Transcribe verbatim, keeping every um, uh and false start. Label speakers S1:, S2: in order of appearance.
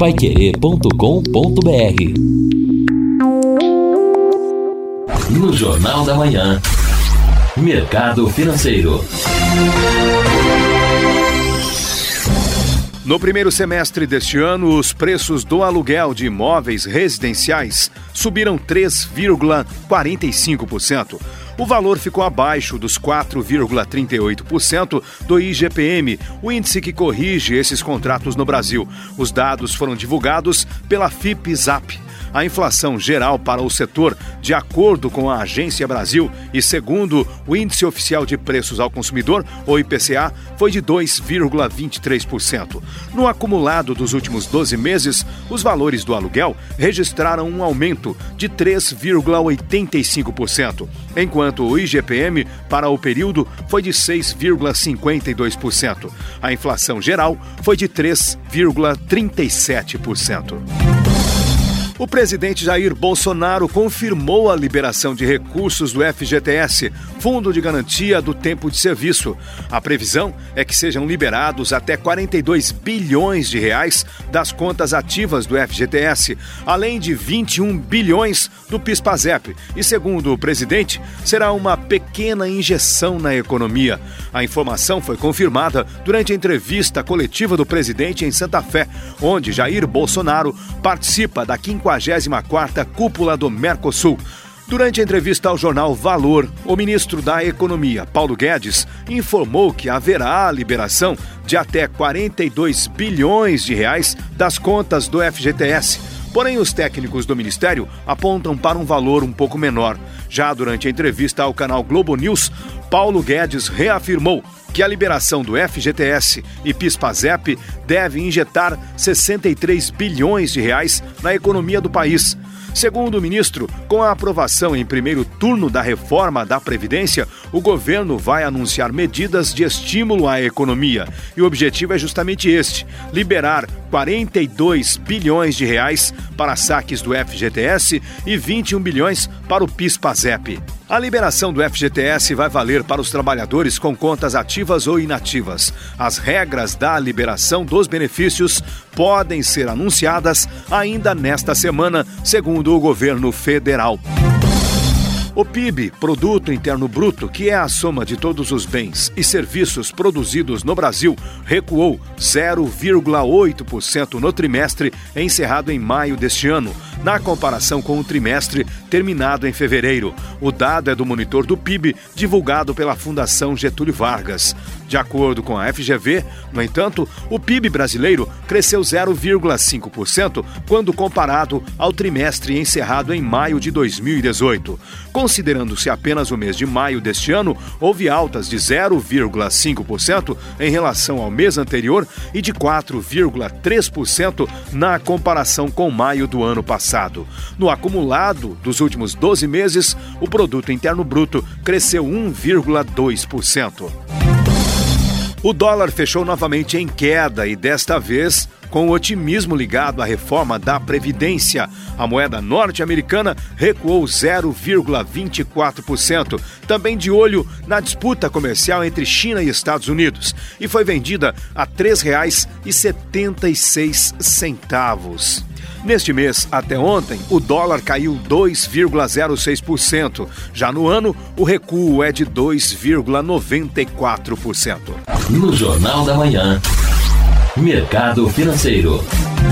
S1: paiquerê ponto com ponto br. No Jornal da Manhã, Mercado Financeiro.
S2: No primeiro semestre deste ano, os preços do aluguel de imóveis residenciais subiram três vírgula quarenta e cinco por cento. O valor ficou abaixo dos quatro vírgula trinta e oito por cento do I G P M, o índice que corrige esses contratos no Brasil. Os dados foram divulgados pela Fipe-Zap. A inflação geral para o setor, de acordo com a Agência Brasil e segundo o Índice Oficial de Preços ao Consumidor, o I P C A, foi de dois vírgula vinte e três por cento. No acumulado dos últimos doze meses, os valores do aluguel registraram um aumento de três vírgula oitenta e cinco por cento, enquanto o I G P M para o período foi de seis vírgula cinquenta e dois por cento. A inflação geral foi de três vírgula trinta e sete por cento. O presidente Jair Bolsonaro confirmou a liberação de recursos do F G T S, Fundo de Garantia do Tempo de Serviço. A previsão é que sejam liberados até quarenta e dois bilhões de reais das contas ativas do F G T S, além de vinte e um bilhões do PIS/PASEP. E, segundo o presidente, será uma pequena injeção na economia. A informação foi confirmada durante a entrevista coletiva do presidente em Santa Fé, onde Jair Bolsonaro participa da quinquagésima quarta Cúpula do Mercosul. Durante a entrevista ao jornal Valor, o ministro da Economia, Paulo Guedes, informou que haverá a liberação de até quarenta e dois bilhões de reais das contas do F G T S. Porém, os técnicos do Ministério apontam para um valor um pouco menor. Já durante a entrevista ao canal Globo News, Paulo Guedes reafirmou que a liberação do F G T S e PIS/PASEP deve injetar sessenta e três bilhões de reais na economia do país. Segundo o ministro, com a aprovação em primeiro turno da reforma da Previdência, o governo vai anunciar medidas de estímulo à economia. E o objetivo é justamente este: liberar quarenta e dois bilhões de reais para saques do F G T S e vinte e um bilhões para o PIS/PASEP. A liberação do F G T S vai valer para os trabalhadores com contas ativas ou inativas. As regras da liberação dos benefícios podem ser anunciadas ainda nesta semana, segundo o governo federal. O P I B, Produto Interno Bruto, que é a soma de todos os bens e serviços produzidos no Brasil, recuou zero vírgula oito por cento no trimestre encerrado em maio deste ano, na comparação com o trimestre terminado em fevereiro. O dado é do monitor do P I B, divulgado pela Fundação Getúlio Vargas. De acordo com a F G V, no entanto, o P I B brasileiro cresceu zero vírgula cinco por cento quando comparado ao trimestre encerrado em maio de dois mil e dezoito. Considerando-se apenas o mês de maio deste ano, houve altas de zero vírgula cinco por cento em relação ao mês anterior e de quatro vírgula três por cento na comparação com maio do ano passado. No acumulado dos últimos doze meses, o Produto Interno Bruto cresceu um vírgula dois por cento. O dólar fechou novamente em queda e, desta vez, com o otimismo ligado à reforma da Previdência. A moeda norte-americana recuou zero vírgula vinte e quatro por cento, também de olho na disputa comercial entre China e Estados Unidos, e foi vendida a três reais e setenta e seis centavos. Neste mês, até ontem, o dólar caiu dois vírgula zero seis por cento. Já no ano, o recuo é de dois vírgula noventa e quatro por cento.
S1: No Jornal da Manhã, Mercado Financeiro.